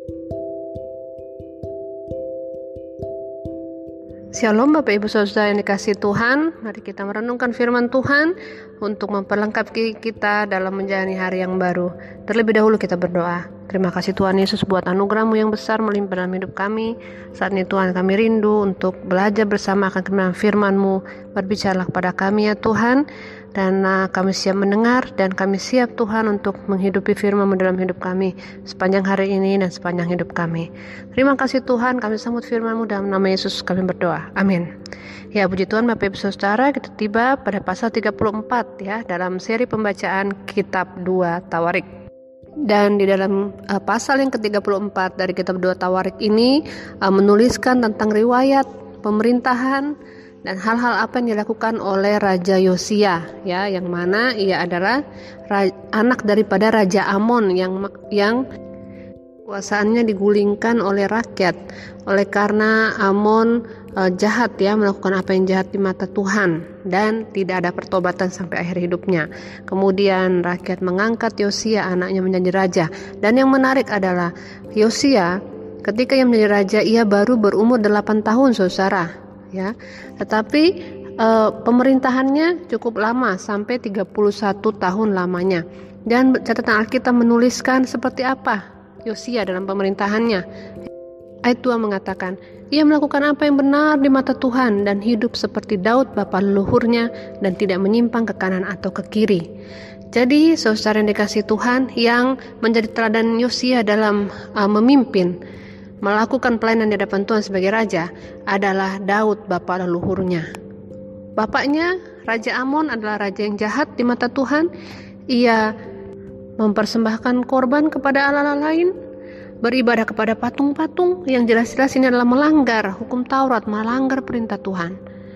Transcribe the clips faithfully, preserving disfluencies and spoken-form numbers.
Shalom Bapak Ibu Saudara yang dikasihi Tuhan. Mari kita merenungkan firman Tuhan untuk memperlengkapi kita dalam menjalani hari yang baru. Terlebih dahulu kita berdoa. Terima kasih Tuhan Yesus buat anugerah-Mu yang besar melimpah dalam hidup kami. Saat ini Tuhan, kami rindu untuk belajar bersama akan kebenaran firman-Mu. Berbicaralah kepada kami ya Tuhan. Dan uh, kami siap mendengar dan kami siap Tuhan untuk menghidupi firman-Mu dalam hidup kami sepanjang hari ini dan sepanjang hidup kami. Terima kasih Tuhan, kami sambut firman-Mu dalam nama Yesus kami berdoa. Amin. Ya, puji Tuhan Bapak Ibu Saudara, kita tiba pada pasal tiga puluh empat ya dalam seri pembacaan kitab dua Tawarik. Dan di dalam uh, pasal yang ke tiga puluh empat dari kitab dua Tawarik ini uh, menuliskan tentang riwayat pemerintahan dan hal-hal apa yang dilakukan oleh Raja Yosia ya, yang mana ia adalah ra- anak daripada Raja Amon yang yang kuasaannya digulingkan oleh rakyat oleh karena Amon e, jahat ya, melakukan apa yang jahat di mata Tuhan dan tidak ada pertobatan sampai akhir hidupnya. Kemudian rakyat mengangkat Yosia anaknya menjadi raja, dan yang menarik adalah Yosia ketika ia menjadi raja ia baru berumur delapan tahun saudara. Ya, tetapi e, pemerintahannya cukup lama sampai tiga puluh satu tahun lamanya. Dan catatan Alkitab menuliskan seperti apa Yosia dalam pemerintahannya. Ayat dua mengatakan, ia melakukan apa yang benar di mata Tuhan dan hidup seperti Daud bapa leluhurnya dan tidak menyimpang ke kanan atau ke kiri. Jadi saudara yang dikasihi Tuhan, yang menjadi teladan Yosia dalam uh, memimpin melakukan pelayanan di hadapan Tuhan sebagai raja adalah Daud bapa leluhurnya. Bapaknya Raja Amon adalah raja yang jahat di mata Tuhan. Ia mempersembahkan korban kepada allah lain, beribadah kepada patung-patung, yang jelas-jelas ini adalah melanggar hukum Taurat, melanggar perintah Tuhan.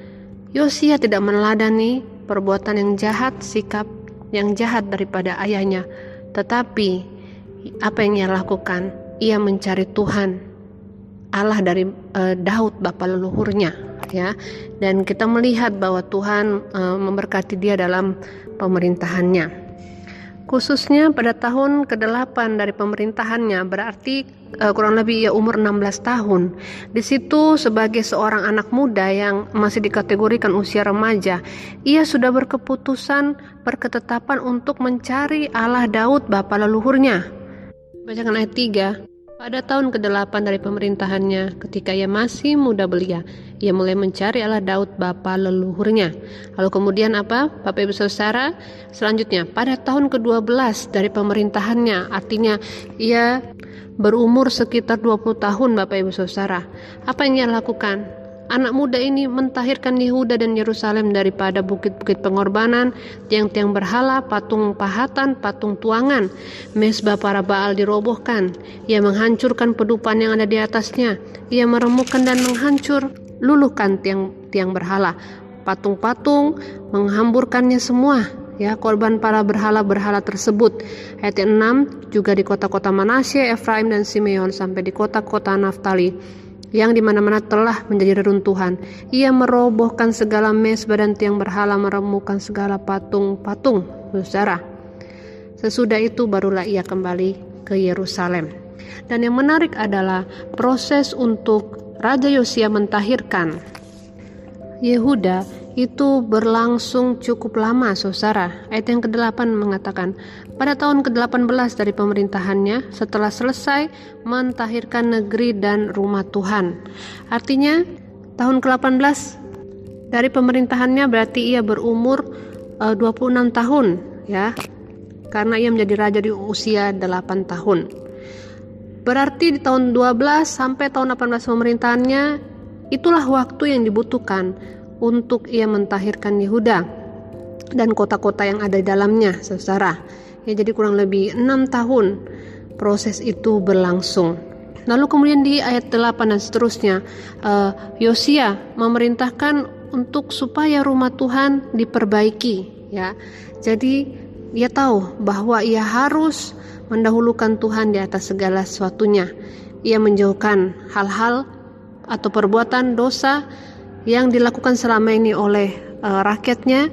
Yosia tidak meneladani perbuatan yang jahat, sikap yang jahat daripada ayahnya, tetapi apa yang ia lakukan? Ia mencari Tuhan Allah dari uh, Daud bapa leluhurnya ya, dan kita melihat bahwa Tuhan uh, memberkati dia dalam pemerintahannya, khususnya pada tahun kedelapan dari pemerintahannya, berarti uh, kurang lebih ia umur enam belas tahun. Di situ sebagai seorang anak muda yang masih dikategorikan usia remaja, ia sudah berkeputusan, berketetapan untuk mencari Allah Daud bapa leluhurnya. Bacakan ayat tiga. Pada tahun kedelapan dari pemerintahannya, ketika ia masih muda belia, ia mulai mencari Allah Daud bapa leluhurnya. Lalu kemudian apa? Bapak Ibu Saudara, selanjutnya pada tahun kedua belas dari pemerintahannya, artinya ia berumur sekitar dua puluh tahun Bapak Ibu Saudara. Apa yang ia lakukan? Anak muda ini mentahirkan Yehuda dan Yerusalem daripada bukit-bukit pengorbanan, tiang-tiang berhala, patung pahatan, patung tuangan. Mezbah para Baal dirobohkan. Ia menghancurkan pedupan yang ada di atasnya. Ia meremukkan dan menghancur, luluhkan tiang-tiang berhala. Patung-patung menghamburkannya semua. Ya, korban para berhala-berhala tersebut. Ayat enam, juga di kota-kota Manasye, Efraim dan Simeon sampai di kota-kota Naftali, yang dimana-mana telah menjadi reruntuhan. Ia merobohkan segala mezbah dan tiang berhala, meremukkan segala patung-patung. Saudara, sesudah itu barulah ia kembali ke Yerusalem. Dan yang menarik adalah proses untuk Raja Yosia mentahirkan Yehuda itu berlangsung cukup lama, saudara. Ayat yang kedelapan mengatakan, pada tahun kedelapan belas dari pemerintahannya, setelah selesai mentahirkan negeri dan rumah Tuhan. Artinya tahun kedelapan belas dari pemerintahannya berarti ia berumur uh, dua puluh enam tahun ya, karena ia menjadi raja di usia delapan tahun. Berarti di tahun dua belas sampai tahun delapan belas pemerintahannya, itulah waktu yang dibutuhkan untuk ia mentahirkan Yehuda dan kota-kota yang ada di dalamnya, saudara. Ya, jadi kurang lebih enam tahun proses itu berlangsung. Lalu kemudian di ayat delapan dan seterusnya, uh, Yosia memerintahkan untuk supaya rumah Tuhan diperbaiki. Ya, jadi dia tahu bahwa ia harus mendahulukan Tuhan di atas segala sesuatunya. Ia menjauhkan hal-hal atau perbuatan dosa yang dilakukan selama ini oleh uh, rakyatnya,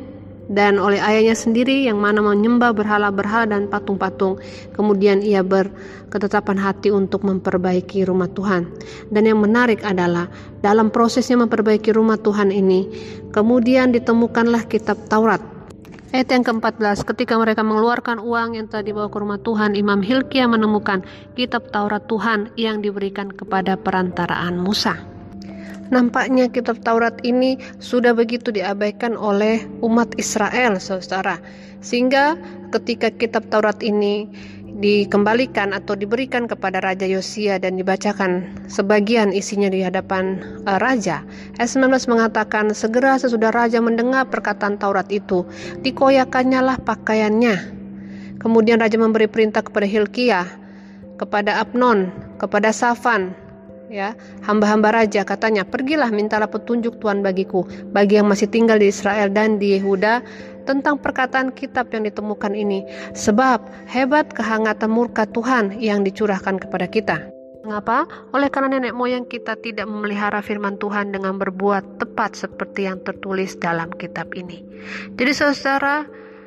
dan oleh ayahnya sendiri yang mana menyembah berhala-berhala dan patung-patung. Kemudian ia berketetapan hati untuk memperbaiki rumah Tuhan. Dan yang menarik adalah dalam prosesnya memperbaiki rumah Tuhan ini, kemudian ditemukanlah kitab Taurat. Ayat yang keempat belas, ketika mereka mengeluarkan uang yang telah dibawa ke rumah Tuhan, Imam Hilkia menemukan kitab Taurat Tuhan yang diberikan kepada perantaraan Musa. Nampaknya kitab Taurat ini sudah begitu diabaikan oleh umat Israel, saudara. Sehingga ketika kitab Taurat ini dikembalikan atau diberikan kepada Raja Yosia dan dibacakan sebagian isinya di hadapan uh, Raja, ayat sembilan belas mengatakan, segera sesudah Raja mendengar perkataan Taurat itu, dikoyakannya lah pakaiannya. Kemudian Raja memberi perintah kepada Hilkia, kepada Abnon, kepada Safan, ya, hamba-hamba raja, katanya, pergilah mintalah petunjuk Tuhan bagiku, bagi yang masih tinggal di Israel dan di Yehuda, tentang perkataan kitab yang ditemukan ini, sebab hebat kehangatan murka Tuhan yang dicurahkan kepada kita. Mengapa? Oleh karena nenek moyang kita tidak memelihara firman Tuhan dengan berbuat tepat seperti yang tertulis dalam kitab ini. Jadi saudara,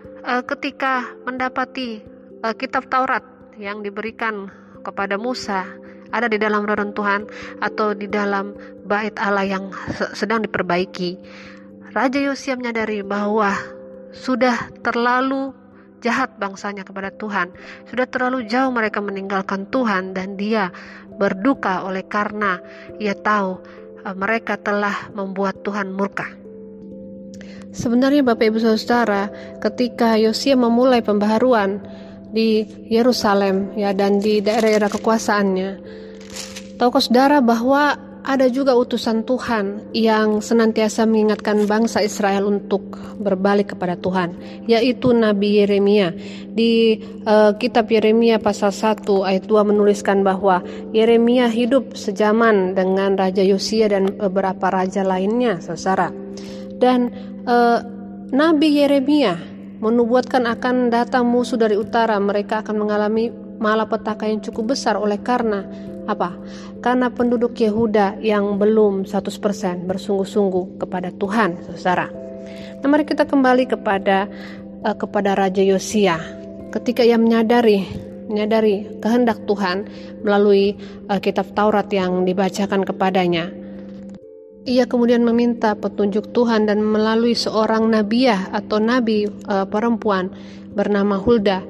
ketika mendapati kitab Taurat yang diberikan kepada Musa ada di dalam reruntuhan atau di dalam bait Allah yang sedang diperbaiki, Raja Yosia menyadari bahwa sudah terlalu jahat bangsanya kepada Tuhan, sudah terlalu jauh mereka meninggalkan Tuhan, dan dia berduka oleh karena ia tahu uh, mereka telah membuat Tuhan murka. Sebenarnya Bapak Ibu Saudara, ketika Yosia memulai pembaharuan di Yerusalem ya dan di daerah-daerah kekuasaannya, tahukah saudara bahwa ada juga utusan Tuhan yang senantiasa mengingatkan bangsa Israel untuk berbalik kepada Tuhan, yaitu Nabi Yeremia. Di uh, kitab Yeremia pasal satu ayat dua menuliskan bahwa Yeremia hidup sejaman dengan Raja Yosia dan beberapa raja lainnya, saudara. Dan uh, Nabi Yeremia menubuatkan akan datang musuh dari utara, mereka akan mengalami malapetaka yang cukup besar oleh karena apa? Karena penduduk Yehuda yang belum seratus persen bersungguh-sungguh kepada Tuhan, saudara. Nah, mari kita kembali kepada uh, kepada Raja Yosia. Ketika ia menyadari menyadari kehendak Tuhan melalui uh, kitab Taurat yang dibacakan kepadanya, ia kemudian meminta petunjuk Tuhan dan melalui seorang nabiah atau nabi uh, perempuan bernama Hulda.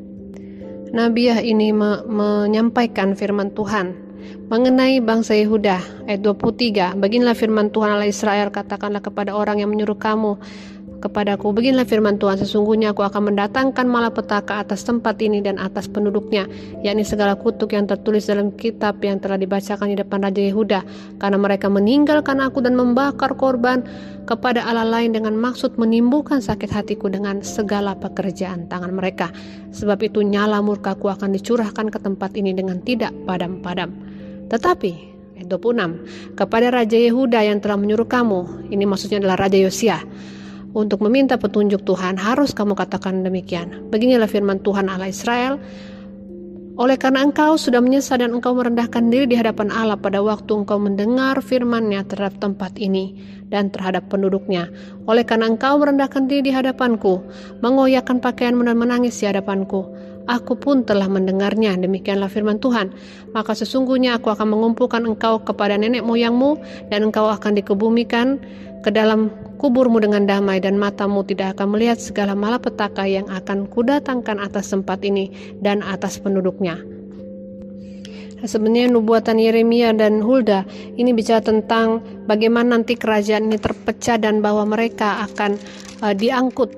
Nabiah ini me- menyampaikan firman Tuhan mengenai bangsa Yehuda. Ayat dua puluh tiga, beginilah firman Tuhan Allah Israel, katakanlah kepada orang yang menyuruh kamu kepadaku, beginilah firman Tuhan, sesungguhnya aku akan mendatangkan malapetaka atas tempat ini dan atas penduduknya, yakni segala kutuk yang tertulis dalam kitab yang telah dibacakan di depan Raja Yehuda, karena mereka meninggalkan aku dan membakar korban kepada Allah lain dengan maksud menimbulkan sakit hatiku dengan segala pekerjaan tangan mereka. Sebab itu nyala murkaku akan dicurahkan ke tempat ini dengan tidak padam-padam. Tetapi ayat dua puluh enam, kepada Raja Yehuda yang telah menyuruh kamu, ini maksudnya adalah Raja Yosia, untuk meminta petunjuk Tuhan, harus kamu katakan demikian, beginilah firman Tuhan Allah Israel, oleh karena engkau sudah menyesal dan engkau merendahkan diri di hadapan Allah pada waktu engkau mendengar firman-Nya terhadap tempat ini dan terhadap penduduknya, oleh karena engkau merendahkan diri di hadapanku, mengoyakkan pakaianmu dan menangis di hadapanku, aku pun telah mendengarnya, demikianlah firman Tuhan. Maka sesungguhnya aku akan mengumpulkan engkau kepada nenek moyangmu, dan engkau akan dikebumikan ke dalam kuburmu dengan damai, dan matamu tidak akan melihat segala malapetaka yang akan kudatangkan atas tempat ini dan atas penduduknya. Nah, sebenarnya nubuatan Yeremia dan Hulda ini bicara tentang bagaimana nanti kerajaan ini terpecah dan bahwa mereka akan uh, diangkut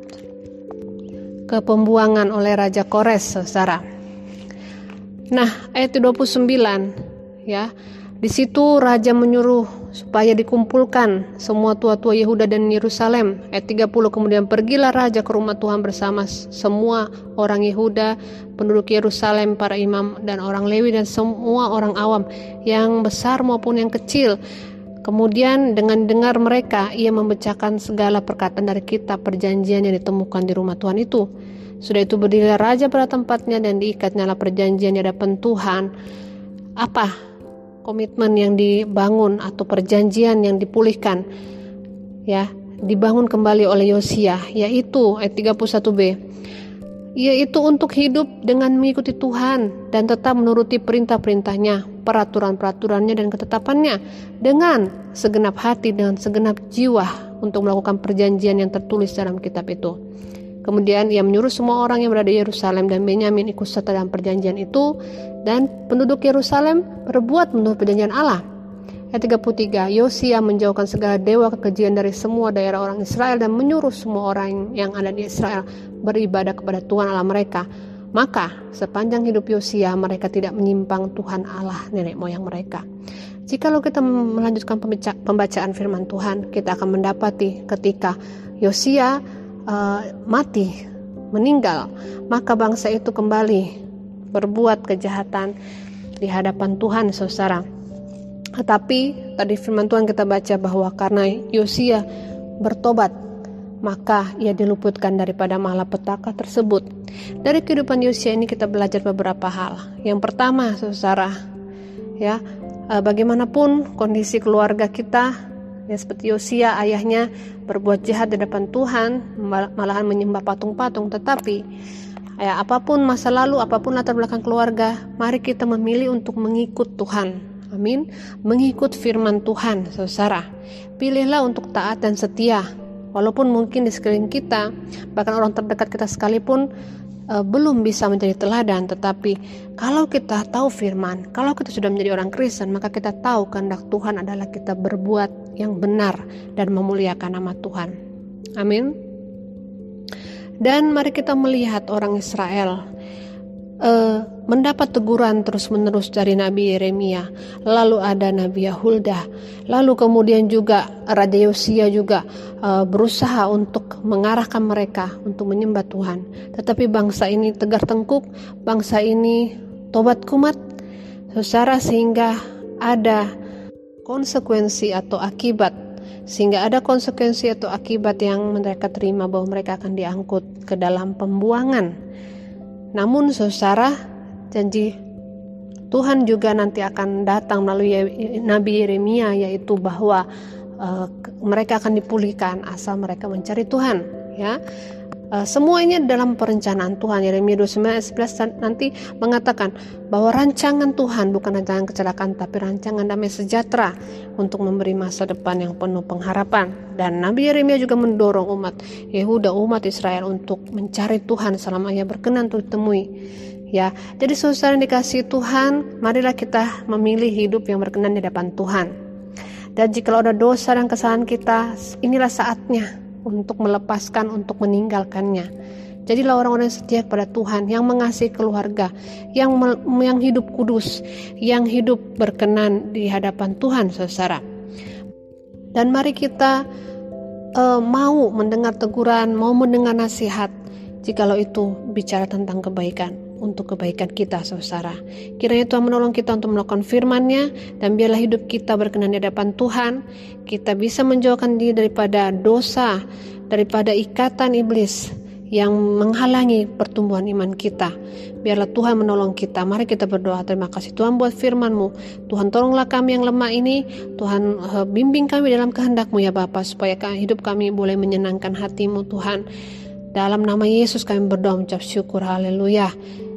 ke pembuangan oleh Raja Kores, saudara. Nah, ayat dua puluh sembilan ya. Di situ raja menyuruh supaya dikumpulkan semua tua-tua Yehuda dan Yerusalem. Ayat tiga puluh, kemudian pergilah raja ke rumah Tuhan bersama semua orang Yehuda, penduduk Yerusalem, para imam dan orang Lewi dan semua orang awam, yang besar maupun yang kecil. Kemudian dengan dengar mereka, ia membacakan segala perkataan dari kitab perjanjian yang ditemukan di rumah Tuhan itu. Sudah itu berdirilah raja pada tempatnya dan diikatnya perjanjian di hadapan Tuhan. Apa komitmen yang dibangun atau perjanjian yang dipulihkan? Ya, dibangun kembali oleh Yosia, yaitu ayat tiga puluh satu b, yaitu untuk hidup dengan mengikuti Tuhan dan tetap menuruti perintah-perintahnya, peraturan-peraturannya dan ketetapannya dengan segenap hati, dengan segenap jiwa untuk melakukan perjanjian yang tertulis dalam kitab itu. Kemudian ia menyuruh semua orang yang berada di Yerusalem dan Benyamin ikut serta dalam perjanjian itu, dan penduduk Yerusalem berbuat menurut perjanjian Allah. Ayat tiga puluh tiga, Yosia menjauhkan segala dewa kekejian dari semua daerah orang Israel dan menyuruh semua orang yang ada di Israel beribadah kepada Tuhan Allah mereka. Maka sepanjang hidup Yosia mereka tidak menyimpang Tuhan Allah nenek moyang mereka. Jikalau kita melanjutkan pembacaan firman Tuhan, kita akan mendapati ketika Yosia uh, mati, meninggal, maka bangsa itu kembali berbuat kejahatan di hadapan Tuhan, saudara. Tetapi tadi firman Tuhan kita baca bahwa karena Yosia bertobat, maka ia diluputkan daripada malapetaka tersebut. Dari kehidupan Yosia ini kita belajar beberapa hal. Yang pertama, saudara, ya, bagaimanapun kondisi keluarga kita, ya seperti Yosia, ayahnya berbuat jahat di hadapan Tuhan, malahan menyembah patung-patung, tetapi ya, apapun masa lalu, apapun latar belakang keluarga, mari kita memilih untuk mengikut Tuhan. Amin. Mengikut firman Tuhan, saudara. Pilihlah untuk taat dan setia. Walaupun mungkin di sekeliling kita, bahkan orang terdekat kita sekalipun e, belum bisa menjadi teladan, tetapi kalau kita tahu firman, kalau kita sudah menjadi orang Kristen, maka kita tahu kehendak Tuhan adalah kita berbuat yang benar dan memuliakan nama Tuhan. Amin. Dan mari kita melihat orang Israel Uh, mendapat teguran terus-menerus dari Nabi Yeremia, lalu ada Nabi Yahulda, lalu kemudian juga Raja Yosia juga uh, berusaha untuk mengarahkan mereka untuk menyembah Tuhan. Tetapi bangsa ini tegar tengkuk, bangsa ini tobat kumat, saudara, sehingga ada konsekuensi atau akibat, sehingga ada konsekuensi atau akibat yang mereka terima, bahwa mereka akan diangkut ke dalam pembuangan. Namun saudara, janji Tuhan juga nanti akan datang melalui Nabi Yeremia, yaitu bahwa uh, mereka akan dipulihkan asal mereka mencari Tuhan, ya. Uh, semuanya dalam perencanaan Tuhan. Yeremia dua puluh sembilan ayat sebelas nanti mengatakan bahwa rancangan Tuhan bukan rancangan kecelakaan, tapi rancangan damai sejahtera untuk memberi masa depan yang penuh pengharapan. Dan Nabi Yeremia juga mendorong umat Yehuda, umat Israel untuk mencari Tuhan selama ia berkenan untuk ditemui. Ya, jadi saudara yang dikasihi Tuhan, marilah kita memilih hidup yang berkenan di hadapan Tuhan. Dan jika ada dosa dan kesalahan kita, inilah saatnya untuk melepaskan, untuk meninggalkannya. Jadilah orang-orang yang setia kepada Tuhan, yang mengasihi keluarga, yang yang hidup kudus, yang hidup berkenan di hadapan Tuhan, saudara. Dan mari kita uh, mau mendengar teguran, mau mendengar nasihat, jikalau itu bicara tentang kebaikan, untuk kebaikan kita, saudara. Kiranya Tuhan menolong kita untuk melakukan firman-Nya, dan biarlah hidup kita berkenan di hadapan Tuhan. Kita bisa menjauhkan diri daripada dosa, daripada ikatan iblis yang menghalangi pertumbuhan iman kita. Biarlah Tuhan menolong kita. Mari kita berdoa. Terima kasih Tuhan buat firman-Mu. Tuhan, tolonglah kami yang lemah ini. Tuhan, bimbing kami dalam kehendak-Mu ya Bapa, supaya hidup kami boleh menyenangkan hati-Mu Tuhan. Dalam nama Yesus kami berdoa, mengucap syukur. Haleluya.